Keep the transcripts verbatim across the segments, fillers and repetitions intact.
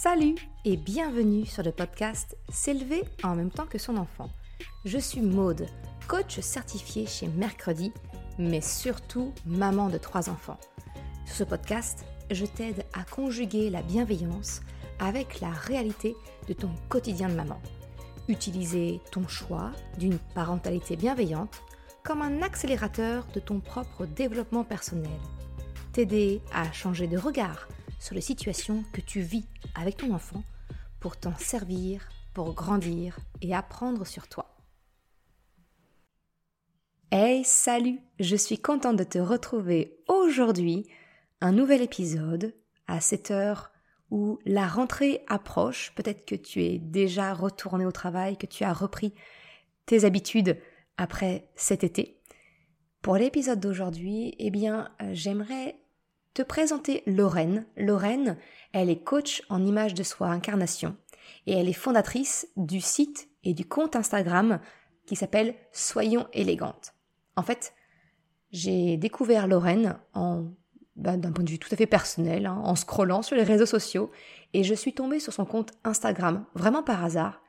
Salut et bienvenue sur le podcast S'élever en même temps que son enfant. Je suis Maude, coach certifié chez Mercredi, mais surtout maman de trois enfants. Sur ce podcast, je t'aide à conjuguer la bienveillance avec la réalité de ton quotidien de maman. Utiliser ton choix d'une parentalité bienveillante comme un accélérateur de ton propre développement personnel. T'aider à changer de regard sur les situations que tu vis avec ton enfant pour t'en servir, pour grandir et apprendre sur toi. Hey, salut! Je suis contente de te retrouver aujourd'hui, un nouvel épisode à cette heure où la rentrée approche. Peut-être que tu es déjà retourné au travail, que tu as repris tes habitudes après cet été. Pour l'épisode d'aujourd'hui, eh bien, euh, j'aimerais te présenter Lorraine. Lorraine, elle est coach en image de soi incarnation et elle est fondatrice du site et du compte Instagram qui s'appelle Soyons élégantes. En fait, j'ai découvert Lorraine en, ben, d'un point de vue tout à fait personnel, hein, en scrollant sur les réseaux sociaux et je suis tombée sur son compte Instagram, vraiment par hasard.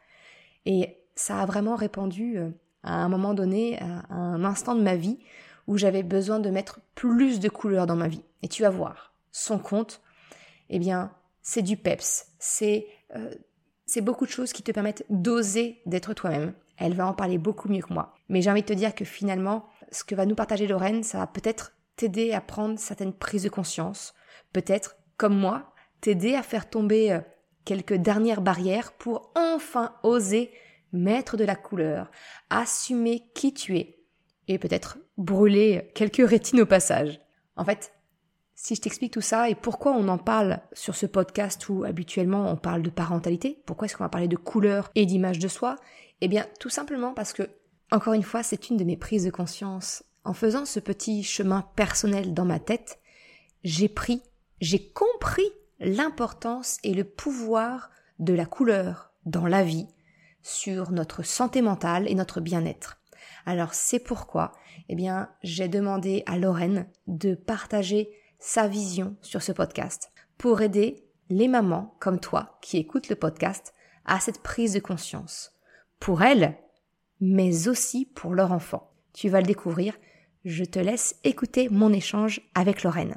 Et ça a vraiment répondu euh, à un moment donné, à un instant de ma vie où j'avais besoin de mettre plus de couleurs dans ma vie. Et tu vas voir, son compte, eh bien, c'est du peps, c'est, euh, c'est beaucoup de choses qui te permettent d'oser d'être toi-même. Elle va en parler beaucoup mieux que moi. Mais j'ai envie de te dire que finalement, ce que va nous partager Lorraine, ça va peut-être t'aider à prendre certaines prises de conscience, peut-être, comme moi, t'aider à faire tomber euh, quelques dernières barrières pour enfin oser mettre de la couleur, assumer qui tu es et peut-être brûler quelques rétines au passage. En fait, si je t'explique tout ça et pourquoi on en parle sur ce podcast où habituellement on parle de parentalité, pourquoi est-ce qu'on va parler de couleur et d'image de soi, eh bien tout simplement parce que, encore une fois, c'est une de mes prises de conscience. En faisant ce petit chemin personnel dans ma tête, j'ai pris, j'ai compris l'importance et le pouvoir de la couleur dans la vie, sur notre santé mentale et notre bien-être. Alors c'est pourquoi, eh bien, j'ai demandé à Lorraine de partager sa vision sur ce podcast pour aider les mamans comme toi qui écoutent le podcast à cette prise de conscience. Pour elles, mais aussi pour leur enfant. Tu vas le découvrir. Je te laisse écouter mon échange avec Lorraine.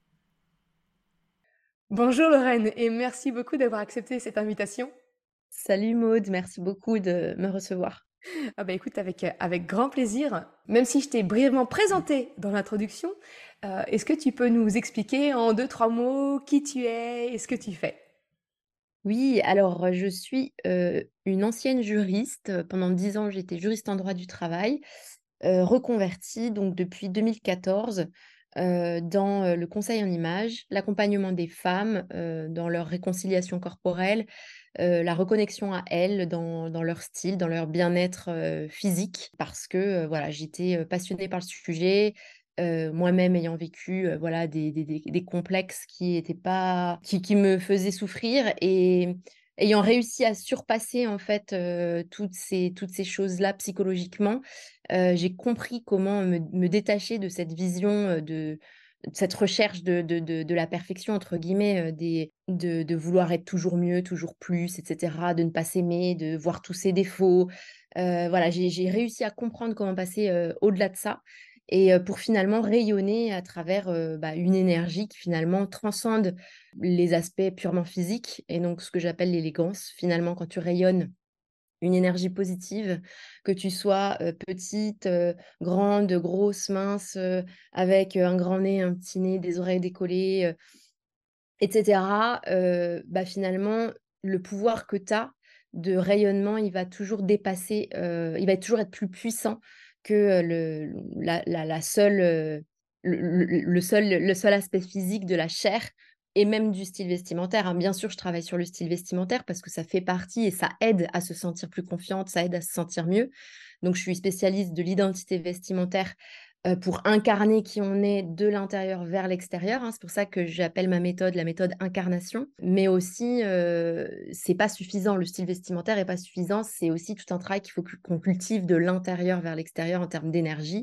Bonjour Lorraine et merci beaucoup d'avoir accepté cette invitation. Salut Maude, merci beaucoup de me recevoir. Ah bah écoute, avec, avec grand plaisir. Même si je t'ai brièvement présenté dans l'introduction, euh, est-ce que tu peux nous expliquer en deux, trois mots qui tu es et ce que tu fais? Oui, alors je suis euh, une ancienne juriste. Pendant dix ans, j'étais juriste en droit du travail, euh, reconvertie donc depuis deux mille quatorze euh, dans euh, le conseil en images, l'accompagnement des femmes euh, dans leur réconciliation corporelle, euh, la reconnexion à elles dans, dans leur style, dans leur bien-être euh, physique, parce que euh, voilà, j'étais euh, passionnée par le sujet. Euh, moi-même ayant vécu euh, voilà des, des, des, des complexes qui étaient pas qui, qui me faisaient souffrir et ayant réussi à surpasser en fait euh, toutes ces toutes ces choses-là psychologiquement, euh, j'ai compris comment me, me détacher de cette vision euh, de de cette recherche de, de, de, de la perfection, entre guillemets, euh, des, de, de vouloir être toujours mieux, toujours plus, et cetera, de ne pas s'aimer, de voir tous ses défauts. Euh, voilà, j'ai, j'ai réussi à comprendre comment passer euh, au-delà de ça et euh, pour finalement rayonner à travers euh, bah, une énergie qui finalement transcende les aspects purement physiques et donc ce que j'appelle l'élégance. Finalement, quand tu rayonnes une énergie positive, que tu sois euh, petite, euh, grande, grosse, mince, euh, avec euh, un grand nez, un petit nez, des oreilles décollées, euh, et cetera, euh, bah, finalement, le pouvoir que tu as de rayonnement, il va toujours dépasser, euh, il va toujours être plus puissant que euh, le, la, la, la seule, euh, le, le- le seul, le seul aspect physique de la chair et même du style vestimentaire, hein. Bien sûr, je travaille sur le style vestimentaire parce que ça fait partie et ça aide à se sentir plus confiante, ça aide à se sentir mieux. Donc, je suis spécialiste de l'identité vestimentaire euh, pour incarner qui on est de l'intérieur vers l'extérieur, hein. C'est pour ça que j'appelle ma méthode la méthode incarnation. Mais aussi, euh, c'est pas suffisant. Le style vestimentaire est pas suffisant. C'est aussi tout un travail qu'il faut qu'on cultive de l'intérieur vers l'extérieur en termes d'énergie.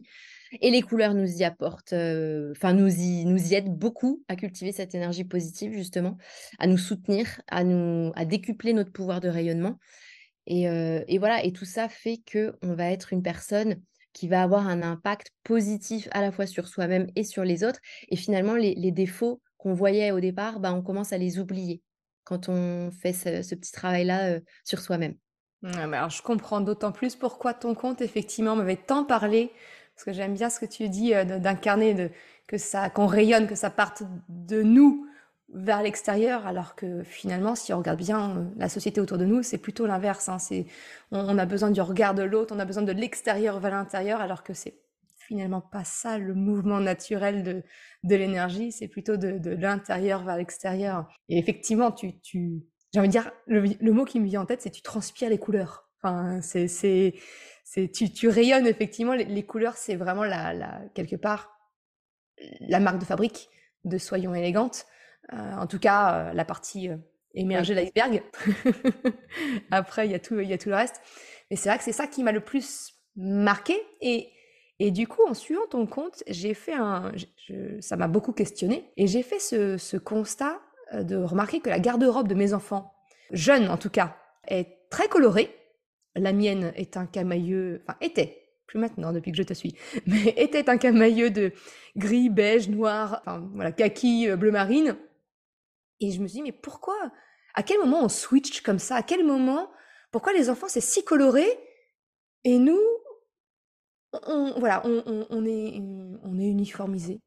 Et les couleurs nous y apportent, heu, enfin nous y nous y aident beaucoup à cultiver cette énergie positive justement, à nous soutenir, à nous à décupler notre pouvoir de rayonnement et heu et voilà et tout ça fait qu'on va être une personne qui va avoir un impact positif à la fois sur soi-même et sur les autres et finalement les les défauts qu'on voyait au départ, bah, on commence à les oublier quand on fait ce ce petit travail-là, heu, sur soi-même. Ouais, mais alors je comprends d'autant plus pourquoi ton compte, effectivement, m'avait tant parlé, parce que j'aime bien ce que tu dis, euh, de- d'incarner, de, que ça, qu'on rayonne, que ça parte de nous vers l'extérieur, alors que finalement, si on regarde bien euh, la société autour de nous, c'est plutôt l'inverse, hein. C'est, on, on a besoin du regard de l'autre, on a besoin de l'extérieur vers l'intérieur, alors que c'est finalement pas ça le mouvement naturel de, de l'énergie, c'est plutôt de, de l'intérieur vers l'extérieur. Et effectivement, tu, tu, j'ai envie de dire, le, le mot qui me vient en tête, c'est tu transpires les couleurs. Enfin, c'est, c'est, c'est, tu, tu rayonnes effectivement. Les, les couleurs, c'est vraiment la, la, quelque part la marque de fabrique de Soyons élégantes. Euh, en tout cas, euh, la partie euh, Oui. émergée de l'iceberg. Après, il y a tout, il y a tout le reste. Mais c'est vrai que c'est ça qui m'a le plus marqué. Et, et du coup, en suivant ton compte, j'ai fait un, je- je- ça m'a beaucoup questionné. Et j'ai fait ce, ce constat euh, de remarquer que la garde-robe de mes enfants, jeunes en tout cas, est très colorée. La mienne est un camailleux, enfin était, plus maintenant depuis que je te suis, mais était un camailleux de gris, beige, noir, enfin voilà, kaki, euh, bleu marine. Et je me suis dit, mais pourquoi, à quel moment on switch comme ça? À quel moment, pourquoi les enfants c'est si coloré et nous, on, voilà, on, on, on est, on est uniformisé.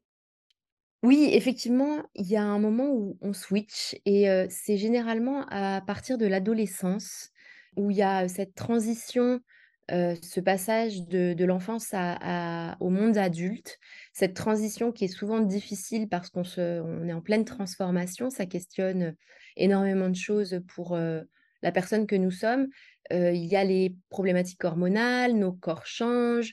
Oui, effectivement, il y a un moment où on switch et heu, c'est généralement à partir de l'adolescence où il y a cette transition, heu, ce passage de de l'enfance à à au monde adulte. Cette transition qui est souvent difficile parce qu'on se on est en pleine transformation, ça questionne, énormément de choses pour, heu, la personne que nous sommes. Heu, il y a les problématiques hormonales, nos corps changent,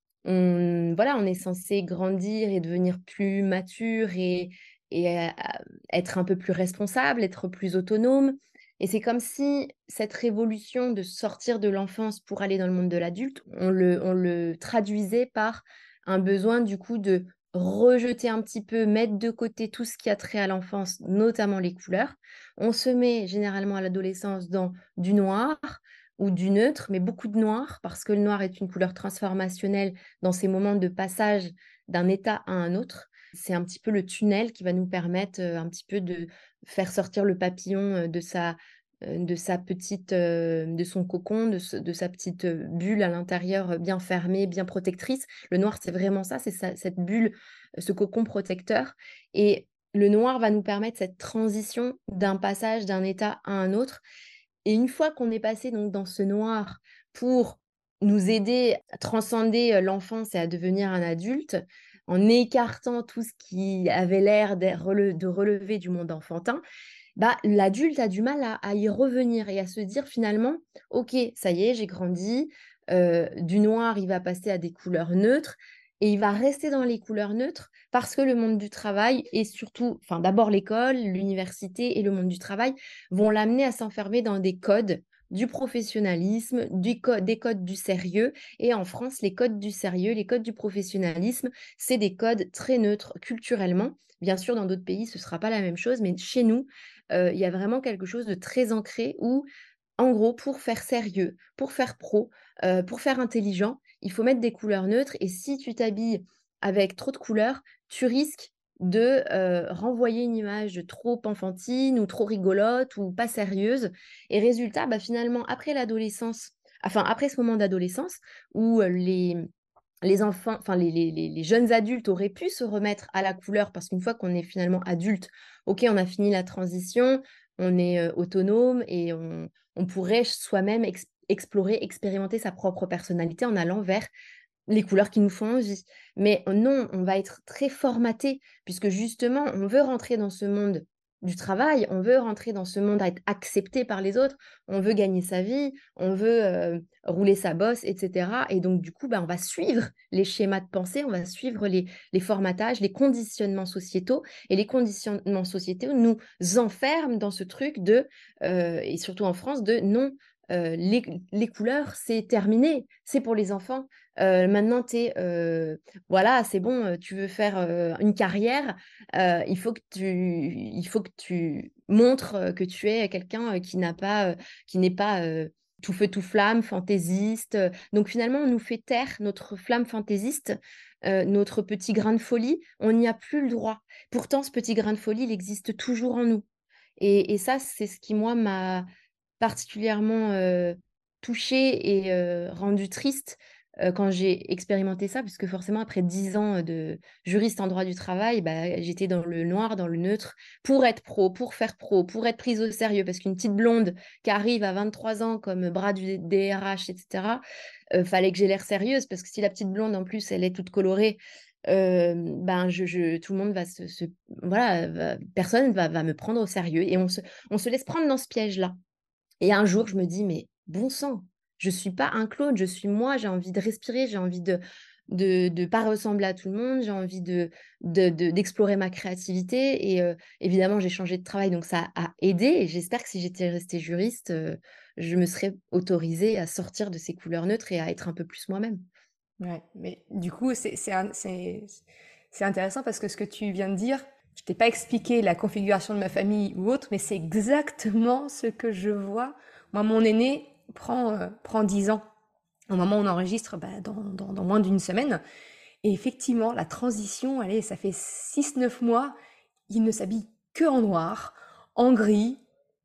on voilà, on est censé grandir et devenir plus mature et et à à être un peu plus responsable, être plus autonome et c'est comme si cette révolution de sortir de l'enfance pour aller dans le monde de l'adulte, on le on le traduisait par un besoin du coup de rejeter un petit peu, mettre de côté tout ce qui a trait à l'enfance, notamment les couleurs. On se met généralement à l'adolescence dans du noir ou du neutre, mais beaucoup de noir parce que le noir est une couleur transformationnelle dans ces moments de passage d'un état à un autre. C'est un petit peu le tunnel qui va nous permettre, heu, un petit peu de faire sortir le papillon, heu, de sa, heu, de sa petite, heu, de son cocon, de ce de sa petite, heu, bulle à l'intérieur, heu, bien fermée, bien protectrice. Le noir, c'est vraiment ça, c'est ça cette bulle, heu, ce cocon protecteur et le noir va nous permettre cette transition d'un passage d'un état à un autre et une fois qu'on est passé donc dans ce noir pour nous aider à transcender, heu, l'enfance et à devenir un adulte, en écartant tout ce qui avait l'air d'être rele de relever du monde enfantin, bah, l'adulte a du mal à à y revenir et à se dire finalement: «OK, ça y est, j'ai grandi, heu, du noir, il va passer à des couleurs neutres» et il va rester dans les couleurs neutres parce que le monde du travail et surtout enfin, d'abord l'école, l'université et le monde du travail vont l'amener à s'enfermer dans des codes du professionnalisme, du co des codes du sérieux et en France, les codes du sérieux, les codes du professionnalisme, c'est des codes très neutres culturellement. Bien sûr, dans d'autres pays, ce ne sera pas la même chose, mais chez nous, heu, il y a vraiment quelque chose de très ancré où, en gros, pour faire sérieux, pour faire pro, heu, pour faire intelligent, il faut mettre des couleurs neutres et si tu t'habilles avec trop de couleurs, tu risques de, heu, renvoyer une image trop enfantine ou trop rigolote ou pas sérieuse et résultat, bah, finalement, après l'adolescence, enfin, après ce moment d'adolescence où, heu, les les enfants, enfin les les les les jeunes adultes auraient pu se remettre à la couleur parce qu'une fois qu'on est finalement adulte, OK, on a fini la transition, on est, heu, autonome et on on pourrait soi-même ex explorer, expérimenter sa propre personnalité en allant vers les couleurs qui nous font envie. Mais non, on va être très formaté puisque justement, on veut rentrer dans ce monde du travail, on veut rentrer dans ce monde à être accepté par les autres, on veut gagner sa vie, on veut, heu, rouler sa bosse et cetera et donc du coup, bah, on va suivre les schémas de pensée, on va suivre les les formatages, les conditionnements sociétaux et les conditionnements sociétaux nous enferment dans ce truc de, heu et surtout en France, de non, heu, les les couleurs, c'est terminé, c'est pour les enfants. Heu, maintenant tu es, heu, voilà, c'est bon, heu, tu veux faire, heu, une carrière, heu, il faut que tu il faut que tu montres, heu, que tu es quelqu'un, heu, qui n'a pas, heu, qui n'est pas, heu, tout feu tout flamme, fantaisiste, heu, donc finalement, on nous fait taire notre flamme fantaisiste, heu, notre petit grain de folie, on n'y a plus le droit. Pourtant, ce petit grain de folie, il existe toujours en nous et et ça, c'est ce qui, moi, m'a particulièrement, heu, touchée et heu, rendue triste, heu, quand j'ai expérimenté ça. Puisque forcément, après dix ans, de juriste en droit du travail, bah, j'étais dans le noir, dans le neutre, pour être pro, pour faire pro, pour être prise au sérieux. Parce qu'une petite blonde qui arrive à vingt-trois ans comme bras du D R H et cetera, heu, fallait que j'ai l'air sérieuse parce que si la petite blonde, en plus, elle est toute colorée, hem, ben, je je tout le monde va se se voilà, va personne va va me prendre au sérieux et on se on se laisse prendre dans ce piège-là. Et un jour, je me dis: «Mais bon sang, je suis pas un clone, je suis moi, j'ai envie de respirer, j'ai envie de de de pas ressembler à tout le monde, j'ai envie de de de d'explorer ma créativité» et heu, évidemment, j'ai changé de travail, donc ça a aidé et j'espère que si j'étais restée juriste, heu, je me serais autorisée à sortir de ces couleurs neutres et à être un peu plus moi-même. Ouais, mais du coup, c'est c'est un- c'est- c'est intéressant parce que ce que tu viens de dire, je t'ai pas expliqué la configuration de ma famille ou autre, mais c'est exactement ce que je vois. Moi, mon aîné prend, euh, prend dix ans. Au moment où on enregistre, bah, dans, dans, dans moins d'une semaine. Et effectivement, la transition, allez, ça fait six neuf mois, il ne s'habille que en noir, en gris,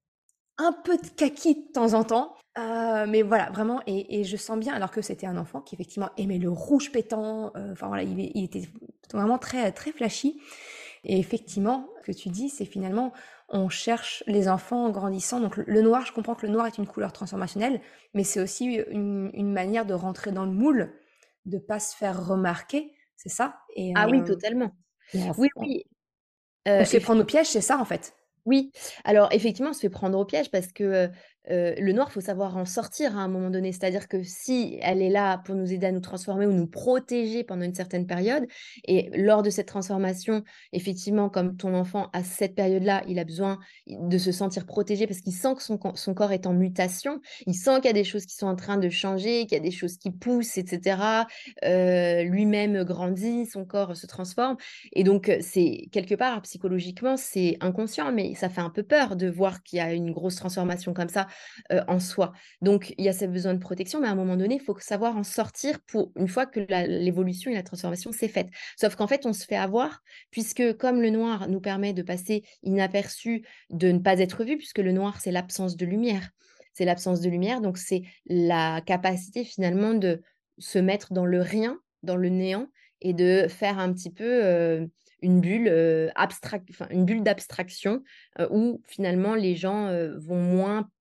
un peu de kaki de temps en temps. Euh, mais voilà, vraiment, et, et je sens bien, alors que c'était un enfant qui effectivement aimait le rouge pétant, euh, enfin voilà, il, il était vraiment très, très flashy. Et effectivement, ce que tu dis, c'est finalement, on cherche les enfants en grandissant. Donc le noir, je comprends que le noir est une couleur transformationnelle, mais c'est aussi une, une manière de rentrer dans le moule, de pas se faire remarquer, c'est ça. Et, Ah oui, euh, totalement. et on, Oui, on- oui, on heu, se fait prendre au piège, c'est ça en fait. oui, alors effectivement, on se fait prendre au piège parce que, heu heu, le noir, faut savoir en sortir à un moment donné. C'est-à-dire que si elle est là pour nous aider à nous transformer ou nous protéger pendant une certaine période et lors de cette transformation, effectivement, comme ton enfant à cette période-là, il a besoin de se sentir protégé parce qu'il sent que son co son corps est en mutation. Il sent qu'il y a des choses qui sont en train de changer, qu'il y a des choses qui poussent et cetera. Heu, lui-même grandit, son corps se transforme et donc, heu, c'est quelque part, psychologiquement, c'est inconscient, mais ça fait un peu peur de voir qu'il y a une grosse transformation comme ça, heu, en soi. Donc il y a ce besoin de protection, mais à un moment donné, il faut savoir en sortir pour une fois que la l'évolution et la transformation s'est faite. Sauf qu'en fait, on se fait avoir puisque comme le noir nous permet de passer inaperçu, de ne pas être vu, puisque le noir, c'est l'absence de lumière. C'est l'absence de lumière, donc c'est la capacité finalement de se mettre dans le rien, dans le néant et de faire un petit peu, heu, une bulle, heu, abstrac enfin une bulle d'abstraction, heu, où finalement les gens, heu, vont moins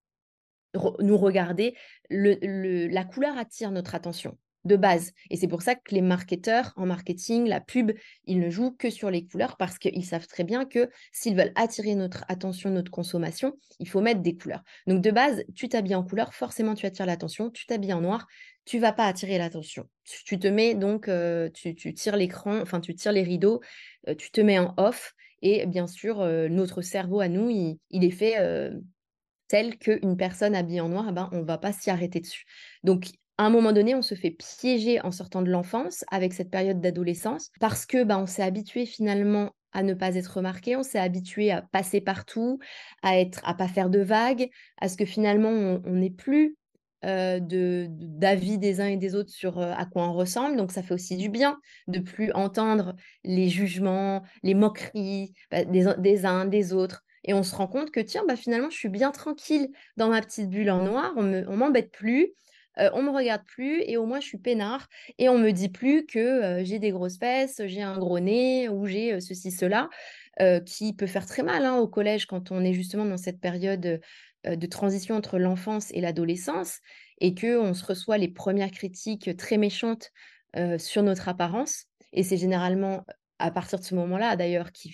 re nous regarder. Le le la couleur attire notre attention, de base et c'est pour ça que les marketeurs en marketing, la pub, ils ne jouent que sur les couleurs parce qu'ils savent très bien que s'ils veulent attirer notre attention, notre consommation, il faut mettre des couleurs. Donc de base, tu t'habilles en couleur, forcément tu attires l'attention, tu t'habilles en noir, tu vas pas attirer l'attention. Tu tu te mets donc, heu, tu tu tires l'écran, enfin tu tires les rideaux, heu, tu te mets en off et bien sûr, heu, notre cerveau à nous, il il est fait, heu telle qu'une personne habillée en noir, eh ben, on va pas s'y arrêter dessus. Donc, à un moment donné, on se fait piéger en sortant de l'enfance avec cette période d'adolescence parce que, bah, on s'est habitué finalement à ne pas être remarqué, on s'est habitué à passer partout, à être à pas faire de vagues, à ce que finalement on on n'ait plus, heu, de de d'avis des uns et des autres sur, heu, à quoi on ressemble. Donc ça fait aussi du bien de plus entendre les jugements, les moqueries, bah, des uns des uns, des autres. Et on se rend compte que tiens, bah, finalement, je suis bien tranquille dans ma petite bulle en noir, on me on m'embête plus, heu, on me regarde plus et au moins je suis peinard et on me dit plus que, heu, j'ai des grosses fesses, j'ai un gros nez ou j'ai, heu, ceci, cela, heu, qui peut faire très mal, hein, au collège quand on est justement dans cette période, heu de transition entre l'enfance et l'adolescence et qu'on se reçoit les premières critiques très méchantes, heu, sur notre apparence et c'est généralement à partir de ce moment-là d'ailleurs qui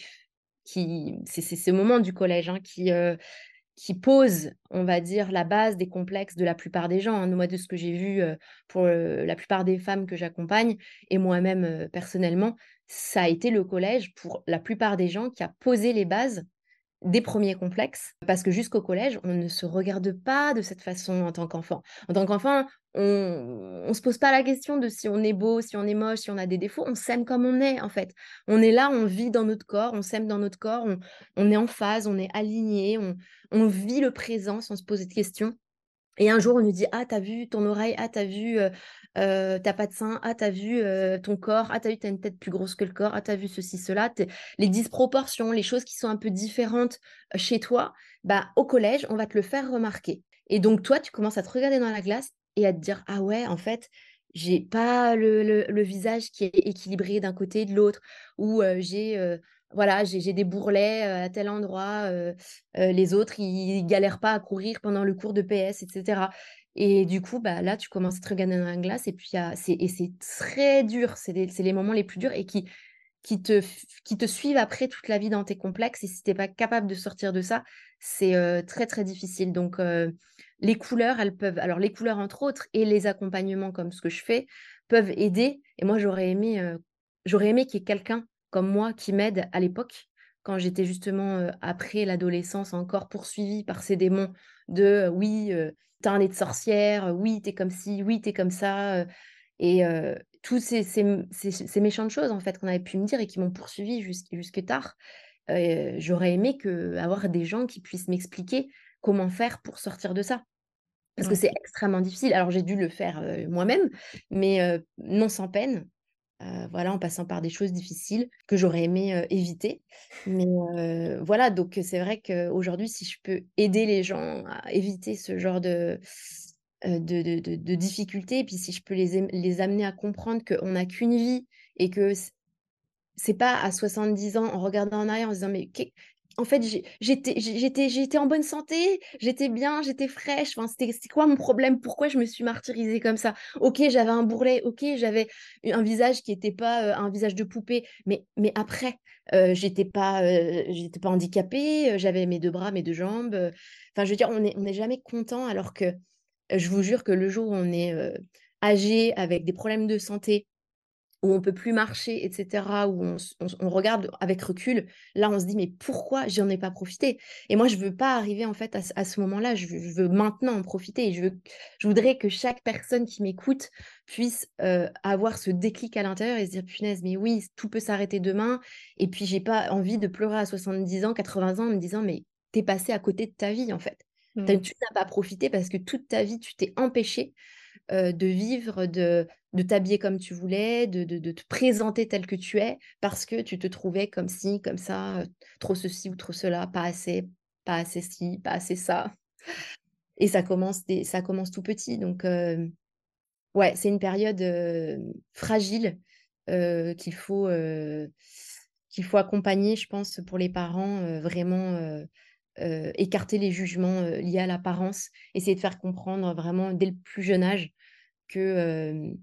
qui c'est c'est ce moment du collège, hein, qui, heu, qui pose, on va dire, la base des complexes de la plupart des gens, hein. Moi, de ce que j'ai vu, heu, pour, heu, la plupart des femmes que j'accompagne et moi-même, heu, personnellement, ça a été le collège pour la plupart des gens qui a posé les bases des premiers complexes, parce que jusqu'au collège, on ne se regarde pas de cette façon en tant qu'enfant. En tant qu'enfant, on on se pose pas la question de si on est beau, si on est moche, si on a des défauts, on s'aime comme on est, en fait. On est là, on vit dans notre corps, on s'aime dans notre corps, on on est en phase, on est aligné, on on vit le présent sans se poser de questions. Et un jour, on nous dit: «Ah, t'as vu ton oreille? Ah, t'as vu, heu heu, tu pas de sein? Ah, t'as vu, heu, ton corps? Ah, t'as vu, t'as une tête plus grosse que le corps? Ah, t'as vu ceci, cela». Tu Les disproportions, les choses qui sont un peu différentes, heu, chez toi, bah, au collège, on va te le faire remarquer. Et donc toi, tu commences à te regarder dans la glace et à te dire: «Ah ouais, en fait, j'ai pas le le le visage qui est équilibré d'un côté et de l'autre» ou heu, j'ai, heu, voilà, j'ai j'ai des bourrelets, heu, à tel endroit, heu heu, les autres, ils galèrent pas à courir pendant le cours de P S et cetera. Et du coup, bah, là, tu commences à te regarder dans la glace et puis il y a c'est et c'est très dur, c'est les c'est les moments les plus durs et qui qui te f qui te suivent après toute la vie dans tes complexes et si tu es pas capable de sortir de ça, c'est, heu, très, très difficile. Donc heu, les couleurs, elles peuvent alors les couleurs entre autres et les accompagnements comme ce que je fais, peuvent aider et moi j'aurais aimé, heu, j'aurais aimé qu'il y ait quelqu'un comme moi qui m'aide à l'époque, quand j'étais justement, heu, après l'adolescence encore poursuivie par ces démons de, heu, oui, heu, tu as un nez de sorcière, heu, oui, tu es comme ci, oui, tu es comme ça, heu et heu, tous ces ces m ces ces méchantes choses en fait qu'on avait pu me dire et qui m'ont poursuivie jusqu jusque tard, heu, j'aurais aimé que avoir des gens qui puissent m'expliquer comment faire pour sortir de ça. Parce que Ouais. c'est extrêmement difficile. Alors j'ai dû le faire, heu, moi-même, mais heu, non sans peine, heu, voilà, en passant par des choses difficiles que j'aurais aimé, heu, éviter. Mais heu, voilà, donc c'est vrai qu'aujourd'hui, si je peux aider les gens à éviter ce genre de, heu, de de de de difficultés et puis si je peux les ém les amener à comprendre qu'on n'a qu'une vie et que c c'est pas à soixante-dix ans, en regardant en arrière, en se disant: «Mais qu'est en fait, j'ai j'étais j'ai j'étais j'étais en bonne santé, j'étais bien, j'étais fraîche, enfin, c'était c'est quoi mon problème? Pourquoi je me suis martyrisée comme ça? OK, j'avais un bourrelet, OK, j'avais u un visage qui était pas, heu, un visage de poupée, mais mais après, heu, j'étais pas, heu, j'étais pas handicapée, heu, j'avais mes deux bras, mes deux jambes», heu, enfin, je veux dire, on est on est jamais content alors que, heu, je vous jure que le jour où on est, heu, âgé avec des problèmes de santé où on peut plus marcher et cetera, où on s on s on regarde avec recul, là, on se dit: «Mais pourquoi j'en ai pas profité?» Et moi, je veux pas arriver, en fait, à ce à ce moment-là, je veux je veux maintenant en profiter et je veux je voudrais que chaque personne qui m'écoute puisse, heu, avoir ce déclic à l'intérieur et se dire: «Punaise, mais oui, tout peut s'arrêter demain» et puis j'ai pas envie de pleurer à soixante-dix ans, quatre-vingts ans en me disant: «Mais tu es passé à côté de ta vie, en fait». Tu Mmh. tu n'as pas profité parce que toute ta vie, tu t'es empêché heu, de vivre, de de t'habiller comme tu voulais, de de de te présenter tel que tu es, parce que tu te trouvais comme ci, comme ça, heu, trop ceci ou trop cela, pas assez, pas assez ci, pas assez ça et ça commence dès ça commence tout petit donc heu, ouais, c'est une période, heu, fragile, heu, qu'il faut, heu, qu'il faut accompagner, je pense, pour les parents, heu, vraiment, heu heu, écarter les jugements, heu, liés à l'apparence, essayer de faire comprendre vraiment dès le plus jeune âge que, hem,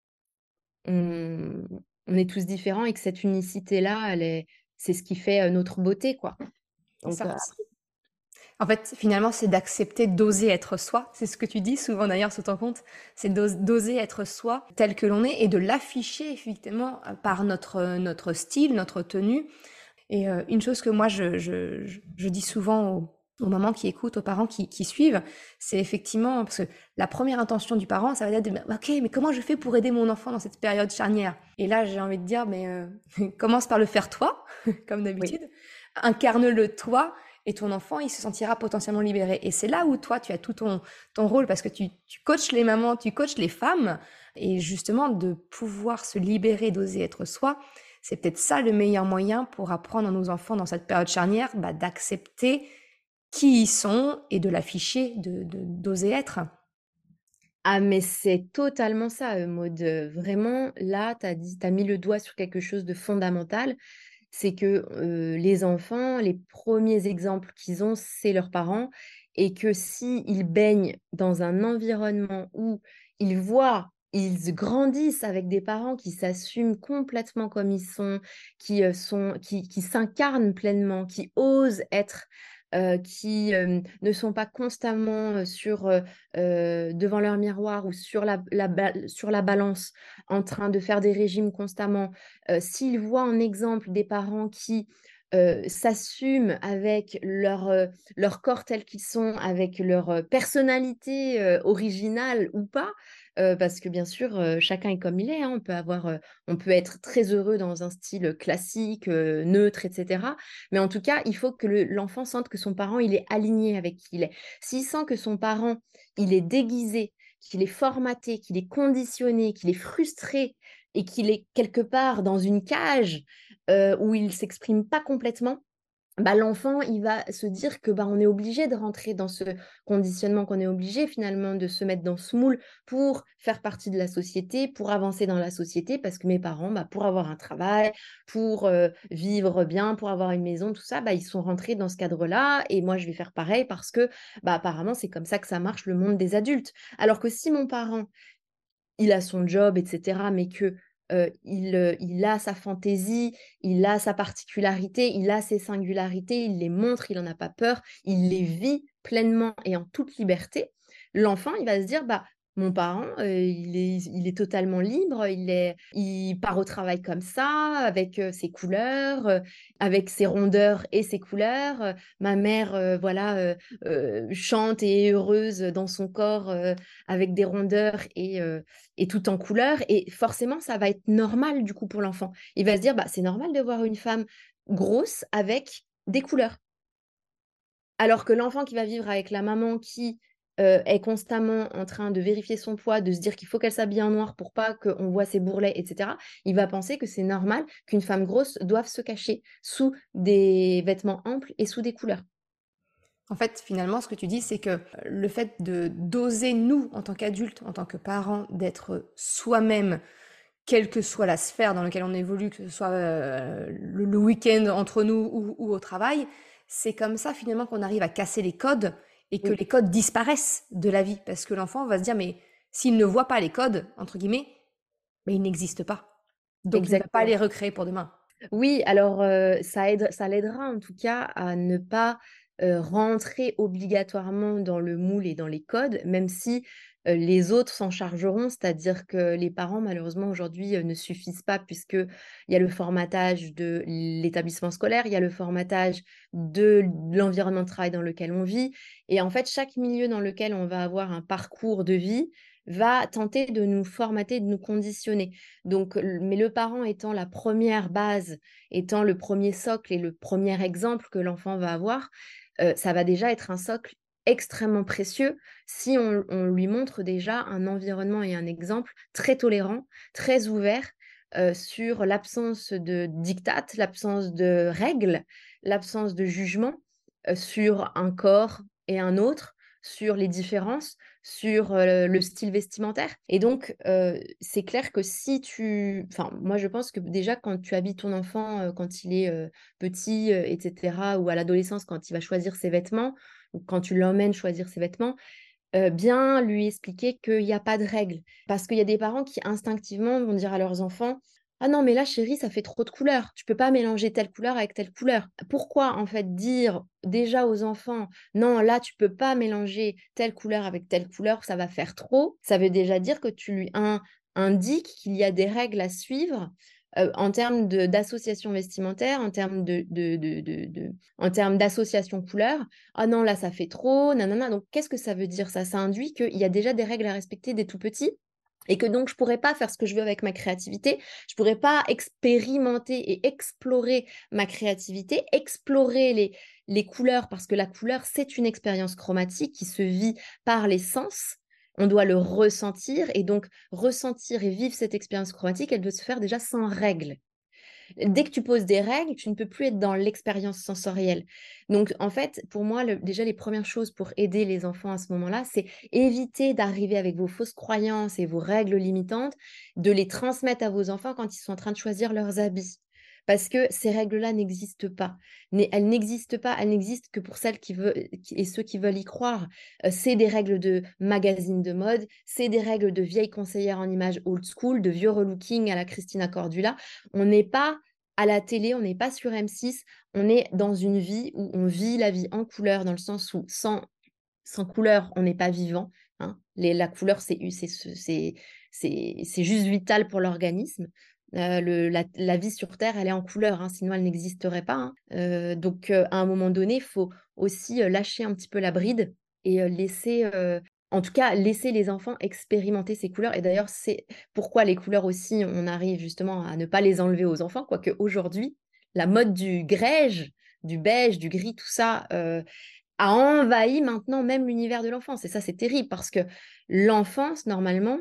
on on est tous différents et que cette unicité-là, elle est c'est ce qui fait, heu, notre beauté, quoi. C'est Donc, heu, ça. En fait, finalement, c'est d'accepter d'oser être soi. C'est ce que tu dis souvent d'ailleurs sur ton compte. C'est d'os- d'oser être soi tel que l'on est et de l'afficher effectivement euh, par notre, euh, notre style, notre tenue. Et euh, une chose que moi, je, je, je, je dis souvent aux, aux mamans qui écoutent, aux parents qui, qui suivent, c'est effectivement, parce que la première intention du parent, ça va être de dire, ok, mais comment je fais pour aider mon enfant dans cette période charnière? Et là, j'ai envie de dire, mais euh, commence par le faire toi, comme oui. d'habitude, incarne-le toi, et ton enfant, il se sentira potentiellement libéré. Et c'est là où toi, tu as tout ton, ton rôle, parce que tu, tu coaches les mamans, tu coaches les femmes, et justement, de pouvoir se libérer, d'oser être soi, c'est peut-être ça le meilleur moyen pour apprendre à nos enfants dans cette période charnière, bah, d'accepter qui ils sont et de l'afficher, de, de- d'oser être. Ah mais c'est totalement ça, heu, Maud, heu, vraiment là, tu as dit tu as mis le doigt sur quelque chose de fondamental. C'est que, heu, les enfants, les premiers exemples qu'ils ont, c'est leurs parents et que s'ils baignent dans un environnement où ils voient, ils grandissent avec des parents qui s'assument complètement comme ils sont, qui, heu, sont qui qui s'incarnent pleinement, qui osent être, heu, qui, hem, ne sont pas constamment, heu, sur, heu heu, devant leur miroir ou sur la la ba sur la balance en train de faire des régimes constamment. Heu, s'ils voient en exemple des parents qui, heu, s'assument avec leur, heu, leur corps tel qu'ils sont, avec leur, heu, personnalité, heu, originale ou pas, heu, parce que bien sûr, heu, chacun est comme il est, hein. On peut avoir, heu, on peut être très heureux dans un style classique, heu, neutre et cetera. Mais en tout cas, il faut que le l'enfant sente que son parent, il est aligné avec qui il est. S'il sent que son parent, il est déguisé, qu'il est formaté, qu'il est conditionné, qu'il est frustré et qu'il est quelque part dans une cage, heu, où il s'exprime pas complètement, bah, l'enfant, il va se dire que, bah, on est obligé de rentrer dans ce conditionnement, qu'on est obligé finalement de se mettre dans ce moule pour faire partie de la société, pour avancer dans la société parce que mes parents, bah, pour avoir un travail, pour, heu, vivre bien, pour avoir une maison, tout ça, bah, ils sont rentrés dans ce cadre-là et moi je vais faire pareil parce que, bah, apparemment c'est comme ça que ça marche le monde des adultes. Alors que si mon parent, il a son job et cetera, mais que, heu, il, heu, il a sa fantaisie, il a sa particularité, il a ses singularités, il les montre, il en a pas peur, il les vit pleinement et en toute liberté. L'enfant, il va se dire: «Bah, mon parent, heu, il est il est totalement libre, il est il part au travail comme ça, avec, heu, ses couleurs, heu, avec ses rondeurs et ses couleurs, heu, ma mère, heu, voilà, heu heu, chante et est heureuse dans son corps, heu, avec des rondeurs et heu et tout en couleurs et forcément, ça va être normal du coup pour l'enfant. Il va se dire: «Bah, c'est normal de voir une femme grosse avec des couleurs». Alors que l'enfant qui va vivre avec la maman qui, heu, est constamment en train de vérifier son poids, de se dire qu'il faut qu'elle s'habille en noir pour pas qu'on voit ses bourrelets et cetera, il va penser que c'est normal qu'une femme grosse doive se cacher sous des vêtements amples et sous des couleurs. En fait, finalement, ce que tu dis, c'est que le fait de d'oser, nous, en tant qu'adultes, en tant que parents, d'être soi-même, quelle que soit la sphère dans laquelle on évolue, que ce soit euh, le, le week-end entre nous ou, ou au travail, c'est comme ça, finalement, qu'on arrive à casser les codes et que Oui, les codes disparaissent de la vie. Parce que l'enfant va se dire, mais s'il ne voit pas les codes, entre guillemets, mais ils n'existent pas. Donc, il ne va pas exactement. les recréer pour demain. Oui, alors, heu, ça aide ça l'aidera en tout cas à ne pas, heu, rentrer obligatoirement dans le moule et dans les codes, même si, heu, les autres s'en chargeront. C'est-à-dire que les parents malheureusement aujourd'hui, heu, ne suffisent pas puisqu'il y a le formatage de l'établissement scolaire, il y a le formatage de l'environnement de travail dans lequel on vit et en fait, chaque milieu dans lequel on va avoir un parcours de vie va tenter de nous formater, de nous conditionner. Donc, l mais le parent étant la première base, étant le premier socle et le premier exemple que l'enfant va avoir, heu, ça va déjà être un socle extrêmement précieux si on on lui montre déjà un environnement et un exemple très tolérant, très ouvert, heu, sur l'absence de diktat, l'absence de règles, l'absence de jugement, heu, sur un corps et un autre, sur les différences, sur, heu, le style vestimentaire et donc heu, c'est clair que si tu enfin, moi, je pense que déjà quand tu habilles ton enfant, heu, quand il est, heu, petit, heu et cetera ou à l'adolescence quand il va choisir ses vêtements ou quand tu l'emmènes choisir ses vêtements, heu, bien lui expliquer qu'il y a pas de règles. Parce qu'il y a des parents qui instinctivement vont dire à leurs enfants: «Ah non, mais là chérie, ça fait trop de couleurs. Tu peux pas mélanger telle couleur avec telle couleur». Pourquoi en fait dire déjà aux enfants: «Non, là tu peux pas mélanger telle couleur avec telle couleur, ça va faire trop». Ça veut déjà dire que tu lui in indiques qu'il y a des règles à suivre, heu, en termes de d'association vestimentaire, en termes de de de de de en termes d'association couleurs. «Ah non, là, ça fait trop, nanana». Donc qu'est-ce que ça veut dire ça? Ça induit qu'il y a déjà des règles à respecter dès tout petit et que donc je pourrais pas faire ce que je veux avec ma créativité. Je pourrais pas expérimenter et explorer ma créativité, explorer les les couleurs parce que la couleur, c'est une expérience chromatique qui se vit par les sens. On doit le ressentir et donc ressentir et vivre cette expérience chromatique, elle doit se faire déjà sans règles. Dès que tu poses des règles, tu ne peux plus être dans l'expérience sensorielle. Donc, en fait, pour moi, le déjà les premières choses pour aider les enfants à ce moment-là, c'est éviter d'arriver avec vos fausses croyances et vos règles limitantes, de les transmettre à vos enfants quand ils sont en train de choisir leurs habits. Parce que ces règles-là n'existent pas. Né elles n'existent pas, elles n'existent que pour celles qui veulent qui et ceux qui veulent y croire. Heu, c'est des règles de magazines de mode, c'est des règles de vieilles conseillères en images old school, de vieux relooking à la Christina Cordula. On n'est pas à la télé, on n'est pas sur M six, on est dans une vie où on vit la vie en couleur, dans le sens où sans sans couleur, on n'est pas vivant, hein. Les la couleur, c'est u c'est ce c'est c'est c'est juste vital pour l'organisme. Heu, le la la vie sur terre, elle est en couleur, hein, sinon elle n'existerait pas, hein. Heu, donc heu, à un moment donné, il faut aussi, heu, lâcher un petit peu la bride et heu, laisser, heu, en tout cas, laisser les enfants expérimenter ces couleurs et d'ailleurs, c'est pourquoi les couleurs aussi, on arrive justement à ne pas les enlever aux enfants, quoique aujourd'hui, la mode du grège, du beige, du gris, tout ça, heu, a envahi maintenant même l'univers de l'enfance et ça, c'est terrible parce que l'enfance, normalement,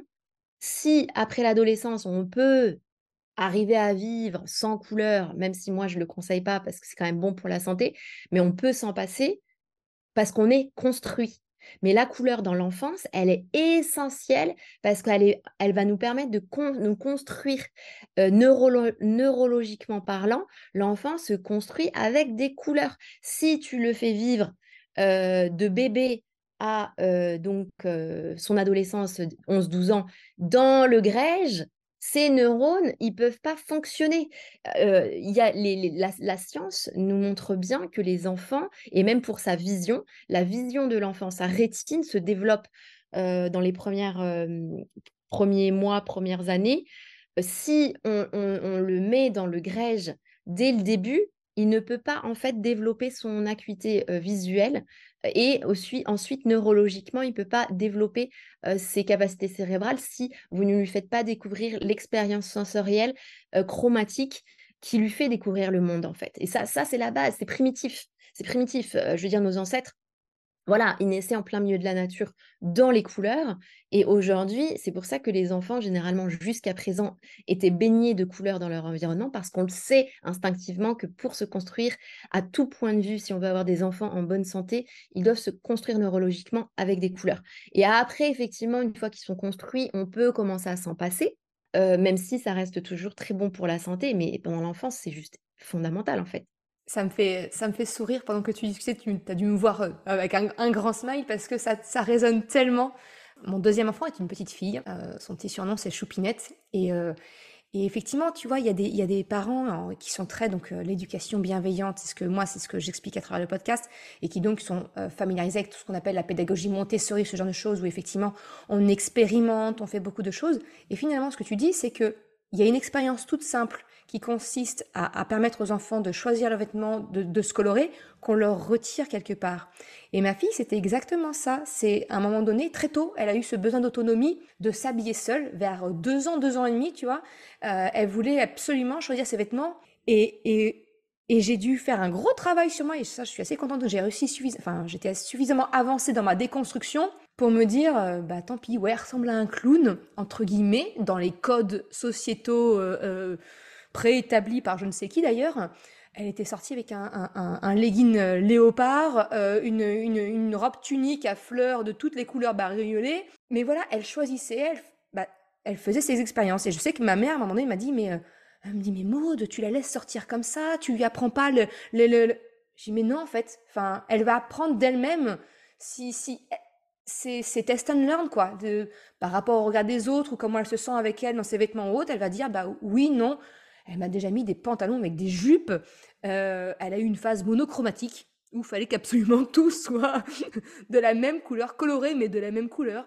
si après l'adolescence, on peut arriver à vivre sans couleur, même si moi je le conseille pas parce que c'est quand même bon pour la santé, mais on peut s'en passer parce qu'on est construit. Mais la couleur dans l'enfance, elle est essentielle parce qu'elle est elle va nous permettre de con nous construire, heu, neurolo neurologiquement parlant, l'enfant se construit avec des couleurs. Si tu le fais vivre, heu, de bébé à, heu, donc heu, son adolescence, onze douze ans, dans le grège, ses neurones, ils peuvent pas fonctionner. Heu, il y a les les la la science nous montre bien que les enfants et même pour sa vision, la vision de l'enfant, sa rétine se développe, heu, dans les premières, hem, premiers mois, premières années. Heu, si on on on le met dans le grège dès le début, il ne peut pas en fait développer son acuité, heu, visuelle et aussui ensuite neurologiquement, il peut pas développer, heu, ses capacités cérébrales si vous ne lui faites pas découvrir l'expérience sensorielle, heu, chromatique qui lui fait découvrir le monde en fait et ça ça c'est la base, c'est primitif. C'est primitif, heu, je veux dire nos ancêtres, voilà, ils naissaient en plein milieu de la nature dans les couleurs et aujourd'hui, c'est pour ça que les enfants généralement jusqu'à présent étaient baignés de couleurs dans leur environnement parce qu'on le sait instinctivement que pour se construire à tout point de vue, si on veut avoir des enfants en bonne santé, ils doivent se construire neurologiquement avec des couleurs et après effectivement, une fois qu'ils sont construits, on peut commencer à s'en passer, heu, même si ça reste toujours très bon pour la santé, mais pendant l'enfance, c'est juste fondamental en fait. Ça me fait, ça me fait sourire pendant que tu discutais, tu as dû me voir euh, avec un, un grand smile parce que ça, ça résonne tellement. Mon deuxième enfant est une petite fille, euh, son petit surnom c'est Choupinette et, euh, et effectivement tu vois il y a des, il y a des parents euh, qui sont très donc euh, l'éducation bienveillante, c'est ce que moi c'est ce que j'explique à travers le podcast et qui donc sont euh, familiarisés avec tout ce qu'on appelle la pédagogie Montessori, ce genre de choses où effectivement on expérimente, on fait beaucoup de choses et finalement ce que tu dis c'est que il y a une expérience toute simple qui consiste à, à permettre aux enfants de choisir leurs vêtements, de, de se colorer, qu'on leur retire quelque part. Et ma fille, c'était exactement ça. C'est à un moment donné, très tôt, elle a eu ce besoin d'autonomie, de s'habiller seule, vers deux ans, deux ans et demi, tu vois. Euh, elle voulait absolument choisir ses vêtements. Et, et, et j'ai dû faire un gros travail sur moi, et ça, je suis assez contente que j'ai réussi suffisamment, enfin, j'étais suffisamment avancée dans ma déconstruction pour me dire, euh, bah tant pis, ouais, elle ressemble à un clown, entre guillemets, dans les codes sociétaux euh, euh, préétablis par je ne sais qui d'ailleurs. Elle était sortie avec un, un, un, un legging euh, léopard, euh, une, une, une robe tunique à fleurs de toutes les couleurs bariolées. Mais voilà, elle choisissait, elle, bah, elle faisait ses expériences. Et je sais que ma mère, à un moment donné, m'a dit, mais, euh, elle me dit, mais Maud, tu la laisses sortir comme ça, tu lui apprends pas le... le, le, le... J'ai dit, mais non, en fait, enfin, elle va apprendre d'elle-même si, si, c'est, c'est test and learn, quoi. De, par rapport au regard des autres ou comment elle se sent avec elle dans ses vêtements ou autres, elle va dire, bah oui, non. Elle m'a déjà mis des pantalons avec des jupes. Euh, elle a eu une phase monochromatique où il fallait qu'absolument tout soit de la même couleur, coloré, mais de la même couleur.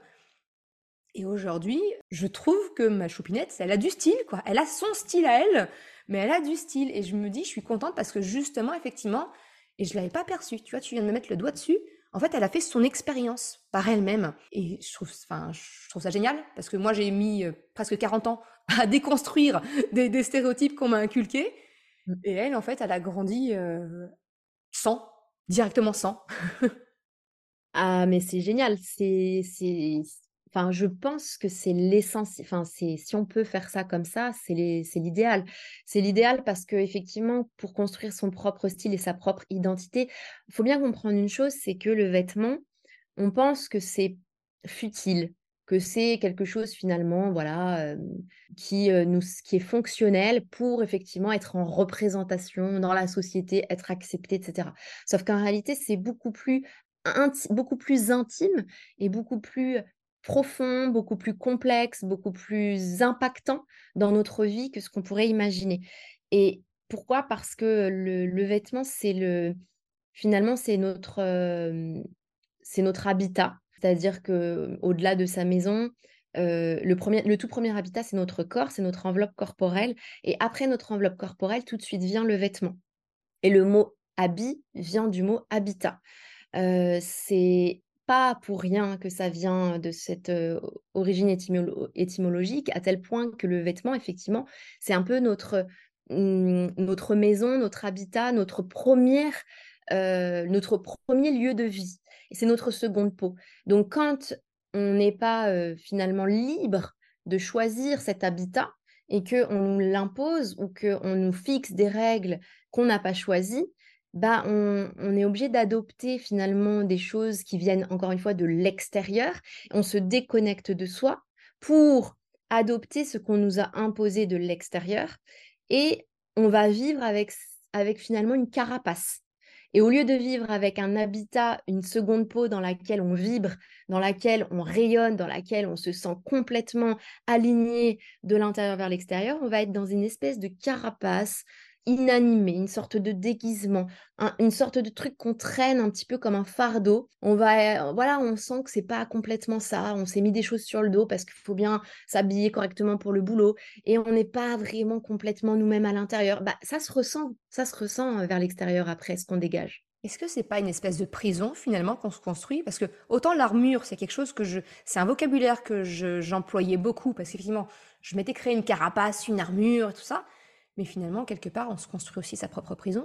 Et aujourd'hui, je trouve que ma choupinette, elle a du style, quoi. Elle a son style à elle, mais elle a du style. Et je me dis, je suis contente parce que justement, effectivement, et je l'avais pas perçu, tu vois, tu viens de me mettre le doigt dessus. En fait, elle a fait son expérience par elle-même. Et je trouve, enfin, je trouve ça génial parce que moi, j'ai mis euh, presque quarante ans à déconstruire des, des stéréotypes qu'on m'a inculqués. Mmh. Et elle, en fait, elle a grandi euh, sans, directement sans. Ah, mais c'est génial, c'est c'est enfin, je pense que c'est l'essence enfin, c'est si on peut faire ça comme ça, c'est les c'est l'idéal. C'est l'idéal parce qu'effectivement, pour construire son propre style et sa propre identité, il faut bien comprendre une chose, c'est que le vêtement, on pense que c'est futile, que c'est quelque chose finalement, voilà, hem, qui, heu, nous qui est fonctionnel pour effectivement être en représentation dans la société, être accepté et cetera. Sauf qu'en réalité, c'est beaucoup plus inti beaucoup plus intime et beaucoup plus profond, beaucoup plus complexe, beaucoup plus impactant dans notre vie que ce qu'on pourrait imaginer. Et pourquoi? Parce que le le vêtement, c'est le finalement, c'est notre, hem, c'est notre habitat. C'est-à-dire que au delà de sa maison, heu, le premier le tout premier habitat, c'est notre corps, c'est notre enveloppe corporelle et après notre enveloppe corporelle, tout de suite vient le vêtement et le mot habit vient du mot habitat. Heu, c'est pas pour rien que ça vient de cette, heu, origine étymolo étymologique, à tel point que le vêtement, effectivement, c'est un peu notre, mmh, notre maison, notre habitat, notre première, re notre premier lieu de vie et c'est notre seconde peau. Donc quand on n'est pas, heu, finalement libre de choisir cet habitat et qu'on nous l'impose ou qu'on nous fixe des règles qu'on n'a pas choisies, bah, on on est obligé d'adopter finalement des choses qui viennent encore une fois de l'extérieur. On se déconnecte de soi pour adopter ce qu'on nous a imposé de l'extérieur et on va vivre avec s avec finalement une carapace et au lieu de vivre avec un habitat, une seconde peau dans laquelle on vibre, dans laquelle on rayonne, dans laquelle on se sent complètement aligné de l'intérieur vers l'extérieur, on va être dans une espèce de carapace inanimée, une sorte de déguisement, un une sorte de truc qu'on traîne un petit peu comme un fardeau. On va, heu, voilà, on sent que c'est pas complètement ça, on s'est mis des choses sur le dos parce qu'il faut bien s'habiller correctement pour le boulot et on n'est pas vraiment complètement nous-mêmes à l'intérieur. Bah, ça se ressent, ça se ressent, heu, vers l'extérieur après, ce qu'on dégage. Est-ce que c'est pas une espèce de prison finalement qu'on se construit? Parce que autant l'armure, c'est quelque chose que je, c'est un vocabulaire que je, j'employais beaucoup parce qu'effectivement, je m'étais créé une carapace, une armure et tout ça, mais finalement quelque part, on se construit aussi sa propre prison.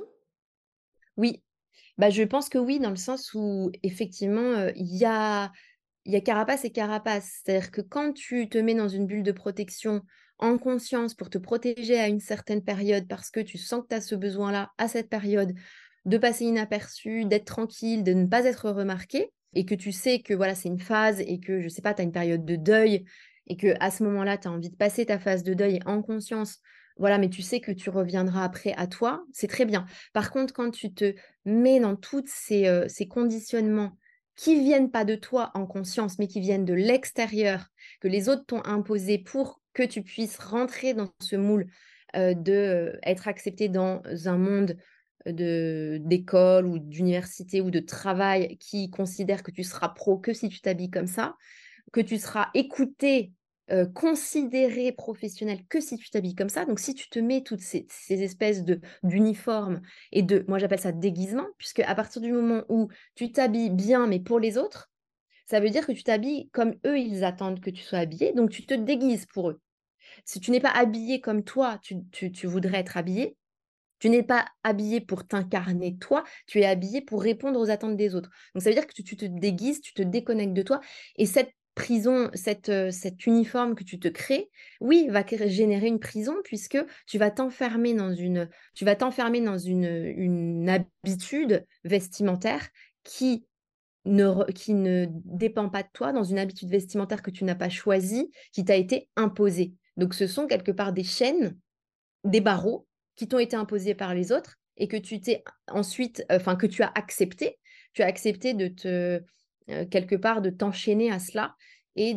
Oui, bah, je pense que oui, dans le sens où effectivement, heu, il y a il y a carapace et carapace. C'est-à-dire que quand tu te mets dans une bulle de protection en conscience pour te protéger à une certaine période parce que tu sens que tu as ce besoin-là à cette période, de passer inaperçu, d'être tranquille, de ne pas être remarqué et que tu sais que voilà, c'est une phase et que je sais pas, tu as une période de deuil et que à ce moment-là, tu as envie de passer ta phase de deuil en conscience. Voilà, mais tu sais que tu reviendras après à toi, c'est très bien. Par contre, quand tu te mets dans toutes ces, heu, ces conditionnements qui viennent pas de toi en conscience, mais qui viennent de l'extérieur, que les autres t'ont imposé pour que tu puisses rentrer dans ce moule, heu, de, heu, être accepté dans un monde, de d'école ou d'université ou de travail qui considère que tu seras pro que si tu t'habilles comme ça, que tu seras écouté, heu, considéré professionnel que si tu t'habilles comme ça. Donc si tu te mets toutes ces ces espèces de d'uniformes et de moi j'appelle ça déguisement, puisque à partir du moment où tu t'habilles bien, mais pour les autres, ça veut dire que tu t'habilles comme eux, ils attendent que tu sois habillé, donc tu te déguises pour eux. Si tu n'es pas habillé comme toi, tu tu tu voudrais être habillé, tu n'es pas habillé pour t'incarner toi, tu es habillé pour répondre aux attentes des autres. Donc ça veut dire que tu tu te déguises, tu te déconnectes de toi et cette prison, cette, heu, cet uniforme que tu te crées, oui, va cré générer une prison puisque tu vas t'enfermer dans une tu vas t'enfermer dans une, une habitude vestimentaire qui ne re qui ne dépend pas de toi, dans une habitude vestimentaire que tu n'as pas choisie, qui t'a été imposée. Donc ce sont quelque part des chaînes, des barreaux qui t'ont été imposés par les autres et que tu t'es ensuite, enfin que tu as accepté. Tu as accepté de te, heu, quelque part de t'enchaîner à cela et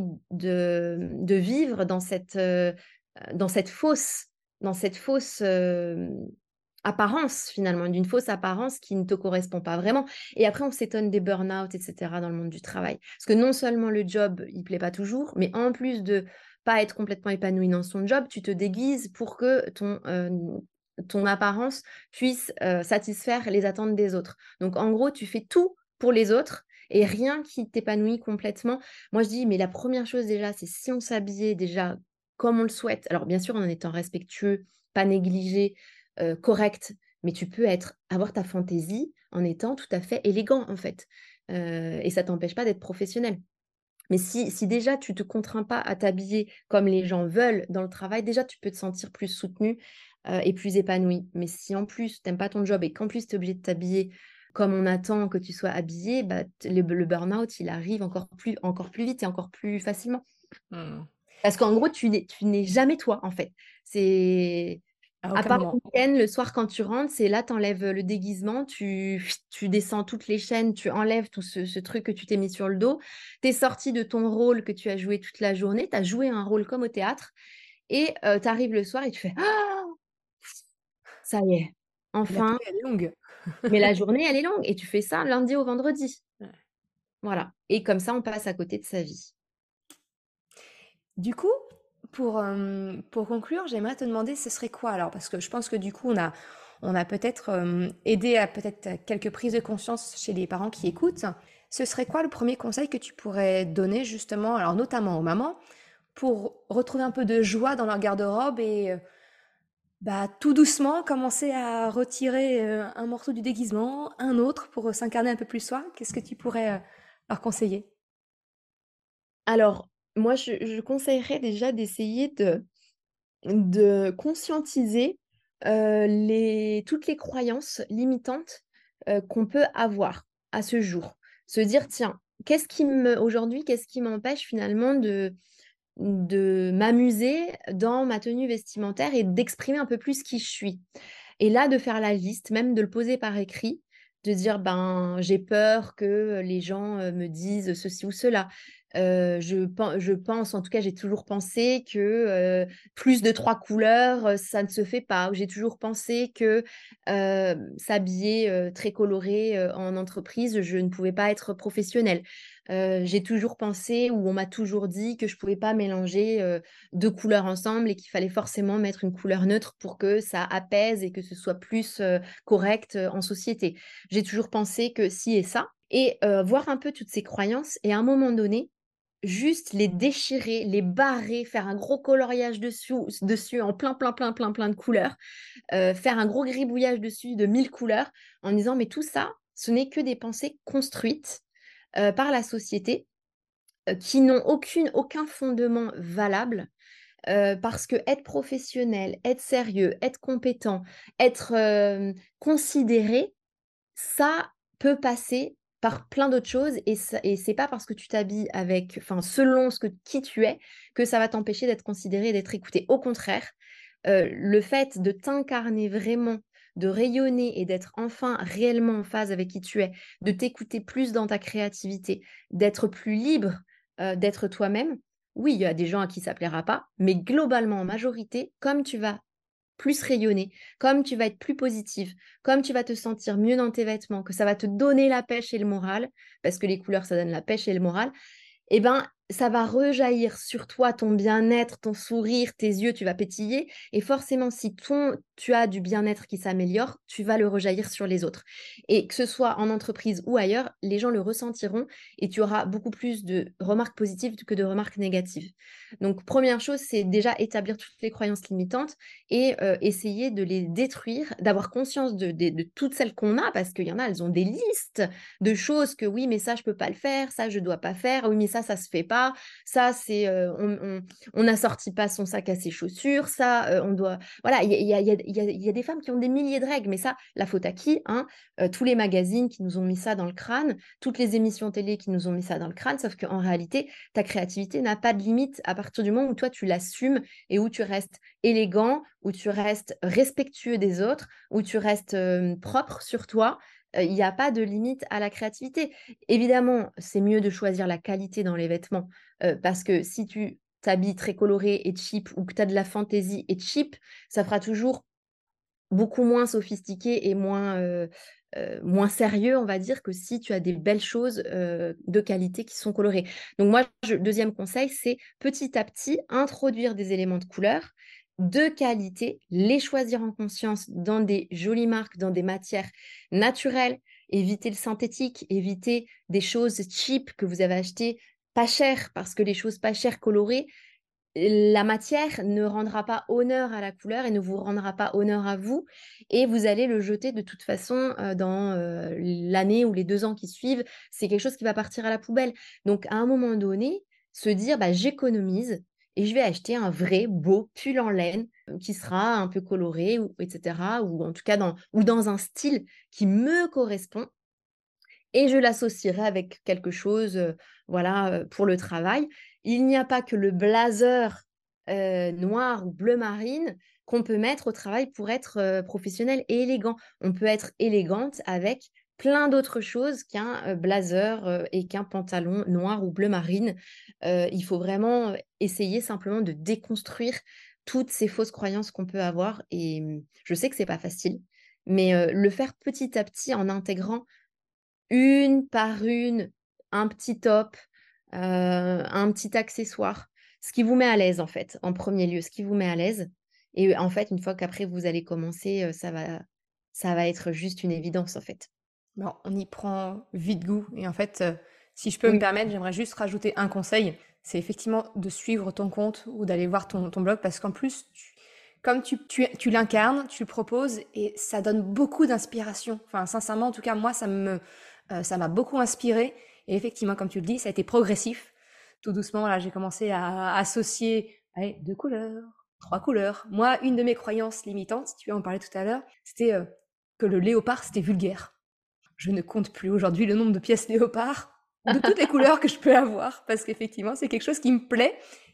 de de vivre dans cette, heu, dans cette fausse dans cette fausse, hem, apparence finalement, d'une fausse apparence qui ne te correspond pas vraiment et après on s'étonne des burn-out et cetera dans le monde du travail. Parce que non seulement le job, il plaît pas toujours, mais en plus de pas être complètement épanoui dans son job, tu te déguises pour que ton, hem, ton apparence puisse, heu, satisfaire les attentes des autres. Donc en gros, tu fais tout pour les autres et rien qui t'épanouit complètement. Moi, je dis: «Mais la première chose déjà, c'est si on s'habillait déjà comme on le souhaite», alors bien sûr en étant respectueux, pas négligé, heu, correct, mais tu peux être avoir ta fantaisie en étant tout à fait élégant, en fait, heu et ça t'empêche pas d'être professionnel. Mais si si déjà tu te contrains pas à t'habiller comme les gens veulent dans le travail, déjà tu peux te sentir plus soutenu, heu et plus épanoui. Mais si en plus tu aimes pas ton job et qu'en plus tu es obligé de t'habiller comme on attend que tu sois habillé, bah, t le le burn-out, il arrive encore plus encore plus vite et encore plus facilement. Hmm. Parce qu'en gros, tu n'es tu n'es jamais toi, en fait. C'est À à aucun part le moment. week-end, le soir quand tu rentres, c'est là, tu enlèves, le déguisement, tu tu descends toutes les chaînes, tu enlèves tout ce ce truc que tu t'es mis sur le dos. Tu es sorti de ton rôle que tu as joué toute la journée, tu as joué un rôle comme au théâtre et heu, tu arrives le soir et tu fais: «Ah, ça y est, Et la enfin». pluie, elle est longue. Mais la journée, elle est longue et tu fais ça lundi au vendredi. Ouais. Voilà et comme ça, on passe à côté de sa vie. Du coup, pour, euh, pour conclure, j'aimerais te demander ce serait quoi alors? Parce que je pense que du coup, on a, on a peut-être euh, aidé à peut-être quelques prises de conscience chez les parents qui écoutent. Ce serait quoi le premier conseil que tu pourrais donner justement, alors notamment aux mamans, pour retrouver un peu de joie dans leur garde-robe et euh, bah, tout doucement commencer à retirer euh, un morceau du déguisement, un autre pour s'incarner un peu plus soi? Qu'est-ce que tu pourrais euh, leur conseiller? Alors, moi, je, je conseillerais déjà d'essayer de, de conscientiser euh, les, toutes les croyances limitantes euh, qu'on peut avoir à ce jour. Se dire, tiens, qu'est-ce qui me, aujourd'hui, qu'est-ce qui m'empêche finalement de, de m'amuser dans ma tenue vestimentaire et d'exprimer un peu plus qui je suis. Et là, de faire la liste, même de le poser par écrit, de dire, ben, j'ai peur que les gens euh, me disent ceci ou cela. Euh, je, pen- je pense, en tout cas, j'ai toujours pensé que euh, plus de trois couleurs, euh, ça ne se fait pas. Ou j'ai toujours pensé que euh, s'habiller euh, très coloré euh, en entreprise, je ne pouvais pas être professionnelle. Euh, j'ai toujours pensé ou on m'a toujours dit que je pouvais pas mélanger euh, deux couleurs ensemble et qu'il fallait forcément mettre une couleur neutre pour que ça apaise et que ce soit plus euh, correct euh, en société. J'ai toujours pensé que si et ça. Et euh, voir un peu toutes ces croyances et à un moment donné, juste les déchirer, les barrer, faire un gros coloriage dessus, dessus en plein, plein, plein, plein, plein de couleurs, euh, faire un gros gribouillage dessus de mille couleurs en disant mais tout ça, ce n'est que des pensées construites euh, par la société euh, qui n'ont aucune, aucun fondement valable euh, parce que être professionnel, être sérieux, être compétent, être euh, considéré, ça peut passer par plein d'autres choses et, ça- et c'est pas parce que tu t'habilles avec, enfin, selon ce que, qui tu es, que ça va t'empêcher d'être considéré et d'être écouté. Au contraire, euh, le fait de t'incarner vraiment, de rayonner et d'être enfin réellement en phase avec qui tu es, de t'écouter plus dans ta créativité, d'être plus libre, euh, d'être toi-même. Oui, il y a des gens à qui ça plaira pas, mais globalement, en majorité, comme tu vas plus rayonner, comme tu vas être plus positive, comme tu vas te sentir mieux dans tes vêtements, que ça va te donner la pêche et le moral, parce que les couleurs, ça donne la pêche et le moral, eh ben, ça va rejaillir sur toi, ton bien-être, ton sourire, tes yeux, tu vas pétiller. Et forcément, si ton, tu as du bien-être qui s'améliore, tu vas le rejaillir sur les autres. Et que ce soit en entreprise ou ailleurs, les gens le ressentiront et tu auras beaucoup plus de remarques positives que de remarques négatives. Donc, première chose, c'est déjà établir toutes les croyances limitantes et euh, essayer de les détruire, d'avoir conscience de, de, de toutes celles qu'on a, parce qu'il y en a, elles ont des listes de choses que oui, mais ça, je peux pas le faire, ça, je dois pas faire, oui, mais ça, ça se fait pas, ça, c'est, euh, on, on, on n'assortit pas son sac à ses chaussures, ça, euh, on doit, voilà, il y a, il y a, il y a, il y a il y a des femmes qui ont des milliers de règles, mais ça, la faute à qui, hein? Euh, tous les magazines qui nous ont mis ça dans le crâne, toutes les émissions télé qui nous ont mis ça dans le crâne, sauf qu'en réalité, ta créativité n'a pas de limite à partir du moment où toi, tu l'assumes et où tu restes élégant, où tu restes respectueux des autres, où tu restes euh, propre sur toi. Euh, Il n'y a pas de limite à la créativité. Évidemment, c'est mieux de choisir la qualité dans les vêtements euh, parce que si tu t'habilles très coloré et cheap ou que tu as de la fantaisie et cheap, ça fera toujours beaucoup moins sophistiqué et moins, euh, euh, moins sérieux, on va dire, que si tu as des belles choses euh, de qualité qui sont colorées. Donc moi, je- deuxième conseil, c'est petit à petit introduire des éléments de couleur de qualité, les choisir en conscience dans des jolies marques, dans des matières naturelles, éviter le synthétique, éviter des choses cheap que vous avez achetées pas chères, parce que les choses pas chères colorées, la matière ne rendra pas honneur à la couleur et ne vous rendra pas honneur à vous et vous allez le jeter de toute façon euh, dans euh, l'année ou les deux ans qui suivent. C'est quelque chose qui va partir à la poubelle. Donc à un moment donné, se dire bah, j'économise et je vais acheter un vrai beau pull en laine euh, qui sera un peu coloré, ou, et cetera. Ou en tout cas dans, ou dans un style qui me correspond et je l'associerai avec quelque chose, euh, voilà, euh, pour le travail. Il n'y a pas que le blazer euh, noir ou bleu marine qu'on peut mettre au travail pour être euh, professionnel et élégant. On peut être élégante avec plein d'autres choses qu'un euh, blazer euh, et qu'un pantalon noir ou bleu marine. Euh, il faut vraiment essayer simplement de déconstruire toutes ces fausses croyances qu'on peut avoir. Et hum, je sais que c'est pas facile, mais euh, le faire petit à petit en intégrant une par une, un petit top, euh, un petit accessoire. ce qui vous met à l'aise en fait, en premier lieu, ce qui vous met à l'aise. Et en fait, une fois qu'après vous allez commencer, heu, ça va ça va être juste une évidence en fait. Bon, on y prend vite goût et en fait, heu, si je peux me Oui. permettre, j'aimerais juste rajouter un conseil. C'est effectivement de suivre ton compte ou d'aller voir ton ton blog parce qu'en plus, tu comme tu tu tu l'incarnes, tu le proposes et ça donne beaucoup d'inspiration. Enfin, sincèrement, en tout cas, moi, ça me, heu, ça m'a beaucoup inspirée et effectivement, comme tu le dis, ça a été progressif. Tout doucement, là, j'ai commencé à associer, allez, deux couleurs, trois couleurs. Moi, une de mes croyances limitantes, tu en parlais tout à l'heure, c'était, heu, que le léopard, c'était vulgaire. Je ne compte plus aujourd'hui le nombre de pièces léopard de toutes les couleurs que je peux avoir parce qu'effectivement, c'est quelque chose qui me plaît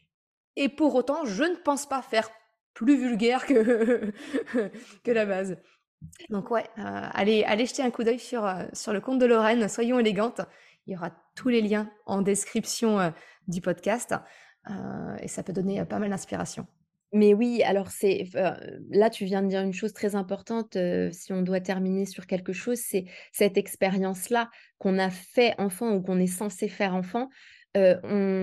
et pour autant, je ne pense pas faire plus vulgaire que que la base. Donc ouais, heu, allez allez jeter un coup d'œil sur, heu, sur le compte de Lorraine, Soyons élégantes. Il y aura tous les liens en description, heu, du podcast, heu et ça peut donner, heu, pas mal d'inspiration. Mais oui, alors c'est f heu, là, tu viens de dire une chose très importante, heu, si on doit terminer sur quelque chose, c'est cette expérience-là qu'on a fait enfant ou qu'on est censé faire enfant, heu,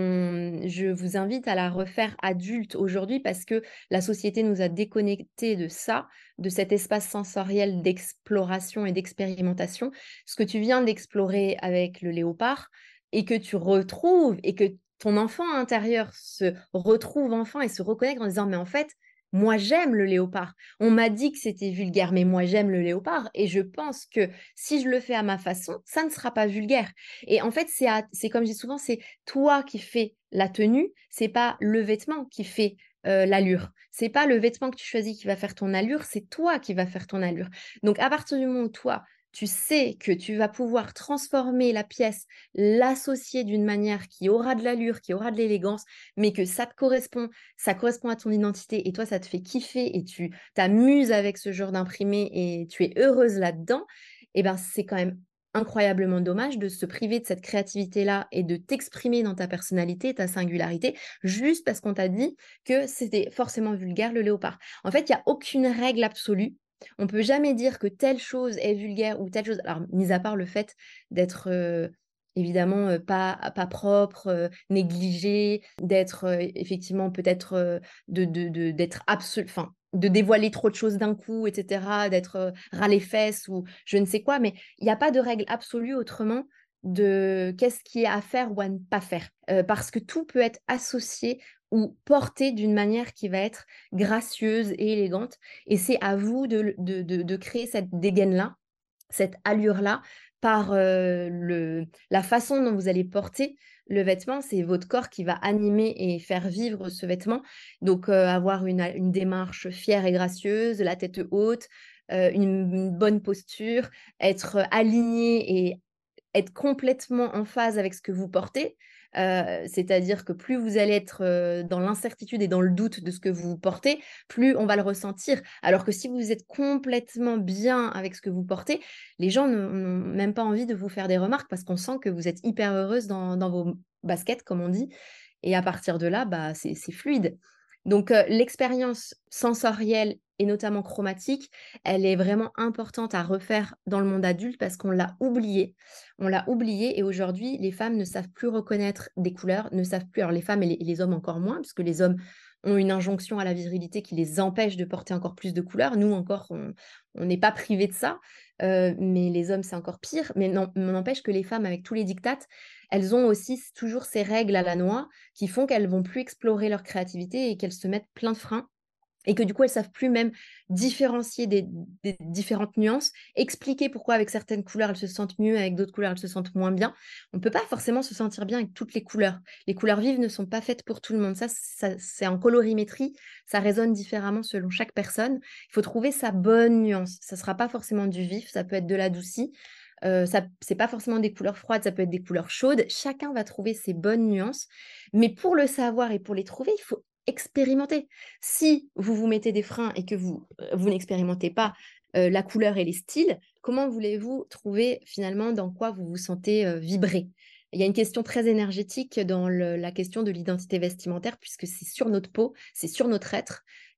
on je vous invite à la refaire adulte aujourd'hui parce que la société nous a déconnectés de ça, de cet espace sensoriel d'exploration et d'expérimentation. Ce que tu viens d'explorer avec le léopard et que tu retrouves et que ton enfant intérieur se retrouve enfin et se reconnecte en disant: «Mais en fait, moi j'aime le léopard. On m'a dit que c'était vulgaire, mais moi j'aime le léopard et je pense que si je le fais à ma façon, ça ne sera pas vulgaire». Et en fait, c'est à c'est comme je dis souvent, c'est toi qui fais la tenue, c'est pas le vêtement qui fait, heu, l'allure. C'est pas le vêtement que tu choisis qui va faire ton allure, c'est toi qui va faire ton allure. Donc à partir du moment où toi, tu sais que tu vas pouvoir transformer la pièce, l'associer d'une manière qui aura de l'allure, qui aura de l'élégance, mais que ça te correspond, ça correspond à ton identité et toi, ça te fait kiffer et tu t'amuses avec ce genre d'imprimé et tu es heureuse là-dedans, et ben, c'est quand même incroyablement dommage de se priver de cette créativité-là et de t'exprimer dans ta personnalité, ta singularité, juste parce qu'on t'a dit que c'était forcément vulgaire le léopard. En fait, il y a aucune règle absolue. On peut jamais dire que telle chose est vulgaire ou telle chose, alors mis à part le fait d'être, heu, évidemment, heu, pas pas propre, heu, négligé, d'être, heu, effectivement peut-être, heu, de de de d'être absolu enfin, de dévoiler trop de choses d'un coup et cetera, d'être, heu, ras les fesses ou je ne sais quoi, mais il y a pas de règle absolue autrement de qu'est-ce qui est à faire ou à ne pas faire. Heu, parce que tout peut être associé ou porté d'une manière qui va être gracieuse et élégante et c'est à vous de le de de de créer cette dégaine-là, cette allure-là par, heu, le la façon dont vous allez porter le vêtement. C'est votre corps qui va animer et faire vivre ce vêtement. Donc, heu, avoir une a une démarche fière et gracieuse, la tête haute, heu, une une bonne posture, être aligné et être complètement en phase avec ce que vous portez, heu, c'est-à-dire que plus vous allez être, heu, dans l'incertitude et dans le doute de ce que vous portez, plus on va le ressentir. Alors que si vous êtes complètement bien avec ce que vous portez, les gens n'ont n'ont même pas envie de vous faire des remarques parce qu'on sent que vous êtes hyper heureuse dans dans vos baskets, comme on dit et à partir de là, bah, c'est c'est fluide. Donc heu, l'expérience sensorielle et notamment chromatique, elle est vraiment importante à refaire dans le monde adulte parce qu'on l'a oubliée. On l'a oublié et aujourd'hui, les femmes ne savent plus reconnaître des couleurs, ne savent plus alors les femmes et les et les hommes encore moins, puisque les hommes ont une injonction à la virilité qui les empêche de porter encore plus de couleurs. Nous encore, on on n'est pas privés de ça, heu, mais les hommes, c'est encore pire. Mais n'en n'empêche que les femmes, avec tous les diktats, elles ont aussi s toujours ces règles à la noix qui font qu'elles vont plus explorer leur créativité et qu'elles se mettent plein de freins et que du coup, elles savent plus même différencier des des différentes nuances, expliquer pourquoi avec certaines couleurs, elles se sentent mieux, avec d'autres couleurs, elles se sentent moins bien. On peut pas forcément se sentir bien avec toutes les couleurs. Les couleurs vives ne sont pas faites pour tout le monde. Ça, ça c'est en colorimétrie, ça résonne différemment selon chaque personne. Il faut trouver sa bonne nuance. Ça sera pas forcément du vif, ça peut être de l'adouci, heu, ça c'est pas forcément des couleurs froides, ça peut être des couleurs chaudes. Chacun va trouver ses bonnes nuances, mais pour le savoir et pour les trouver, il faut expérimenter. Si vous vous mettez des freins et que vous, heu, vous n'expérimentez pas, heu, la couleur et les styles, comment voulez-vous trouver finalement dans quoi vous vous sentez, heu, vibrer? Il y a une question très énergétique dans le la question de l'identité vestimentaire puisque c'est sur notre peau, c'est sur notre être,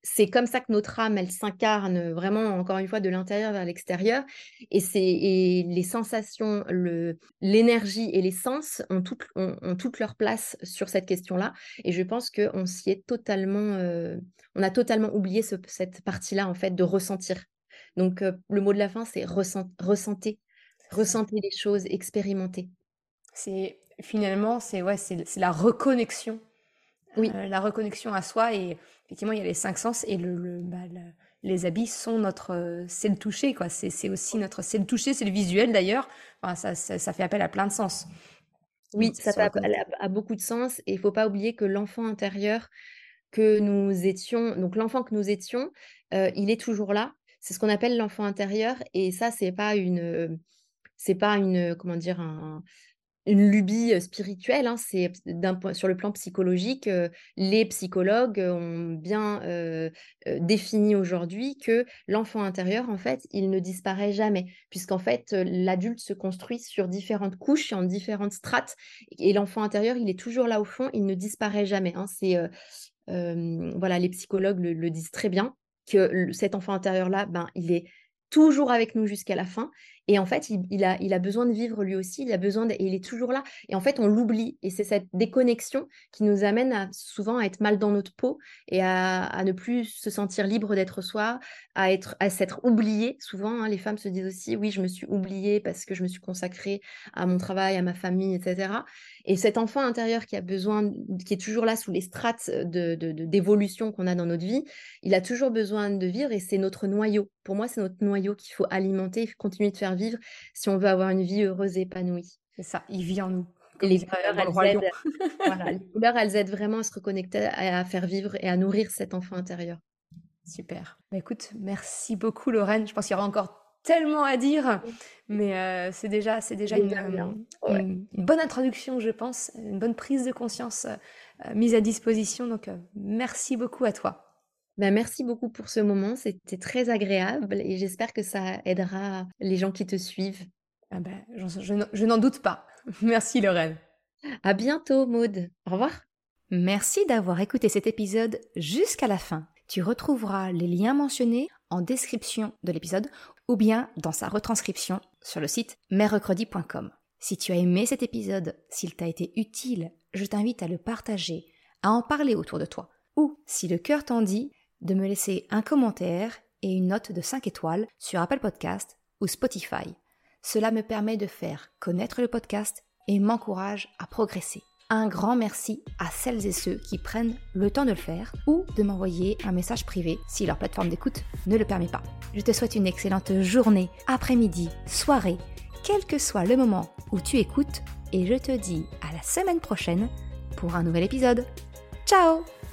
c'est comme ça que notre âme, elle s'incarne vraiment, encore une fois, de l'intérieur vers l'extérieur. Et, c'est, et les sensations, le, l'énergie et les sens ont, tout, ont, ont toute leur place sur cette question-là. Et je pense qu'on s'y est totalement, euh, on a totalement oublié ce, cette partie-là, en fait, de ressentir. Donc, euh, le mot de la fin, c'est ressent, ressentez, ressentez les choses, expérimentez. C'est, finalement, c'est, ouais, c'est, c'est la reconnexion. Oui. Euh, la reconnexion à soi, et effectivement il y a les cinq sens, et le, le, bah, le les habits sont notre euh, c'est le toucher, quoi. C'est, c'est aussi notre c'est le toucher, c'est le visuel d'ailleurs, enfin, ça, ça, ça fait appel à plein de sens. Oui, Donc, ça se fait reconnecter. appel à, à beaucoup de sens, et il faut pas oublier que l'enfant intérieur que nous étions, donc l'enfant que nous étions, euh, il est toujours là. C'est ce qu'on appelle l'enfant intérieur, et ça c'est pas une euh, c'est pas une comment dire un, une lubie euh, spirituelle, hein, c'est d'un point sur le plan psychologique, euh, les psychologues ont bien euh, euh, défini aujourd'hui que l'enfant intérieur, en fait, il ne disparaît jamais, puisqu'en fait, euh, l'adulte se construit sur différentes couches et en différentes strates, et l'enfant intérieur, il est toujours là au fond, il ne disparaît jamais, hein. C'est euh, euh, voilà, les psychologues le, le disent très bien, que le- cet enfant intérieur-là, ben, il est toujours avec nous jusqu'à la fin. Et en fait, il, il a, il a besoin de vivre lui aussi, il a besoin de, et il est toujours là. Et en fait, on l'oublie. Et c'est cette déconnexion qui nous amène à, souvent à être mal dans notre peau et à, à ne plus se sentir libre d'être soi, à, être, à s'être oublié. Souvent, hein, les femmes se disent aussi, oui, je me suis oubliée parce que je me suis consacrée à mon travail, à ma famille, et cetera. Et cet enfant intérieur qui a besoin, qui est toujours là sous les strates de, de, de- d'évolution qu'on a dans notre vie, il a toujours besoin de vivre, et c'est notre noyau. Pour moi, c'est notre noyau qu'il faut alimenter et continuer de faire vivre si on veut avoir une vie heureuse et épanouie. C'est ça, il vit en nous, Et comme les dirait couleurs, dans le elles Roi Lion. aident, voilà, les couleurs, elles aident vraiment à se reconnecter, à, à faire vivre et à nourrir cet enfant intérieur. Super. Bah, écoute, merci beaucoup Lorraine. Je pense qu'il y aura encore tellement à dire, mais euh, c'est déjà, c'est déjà C'est une, déjà euh, bien. Ouais. une, une bonne introduction, je pense, une bonne prise de conscience euh, euh, mise à disposition. Donc, euh, merci beaucoup à toi. Ben, merci beaucoup pour ce moment, c'était très agréable et j'espère que ça aidera les gens qui te suivent. Ah bah, j'en- je, n'en- je n'en doute pas. Merci Lorraine. À bientôt, Maude. Au revoir. Merci d'avoir écouté cet épisode jusqu'à la fin. Tu retrouveras les liens mentionnés en description de l'épisode ou bien dans sa retranscription sur le site mercredi point com. Si tu as aimé cet épisode, s'il t'a été utile, je t'invite à le partager, à en parler autour de toi, ou, si le cœur t'en dit, de me laisser un commentaire et une note de cinq étoiles sur Apple Podcast ou Spotify. Cela me permet de faire connaître le podcast et m'encourage à progresser. Un grand merci à celles et ceux qui prennent le temps de le faire ou de m'envoyer un message privé si leur plateforme d'écoute ne le permet pas. Je te souhaite une excellente journée, après-midi, soirée, quel que soit le moment où tu écoutes, et je te dis à la semaine prochaine pour un nouvel épisode. Ciao!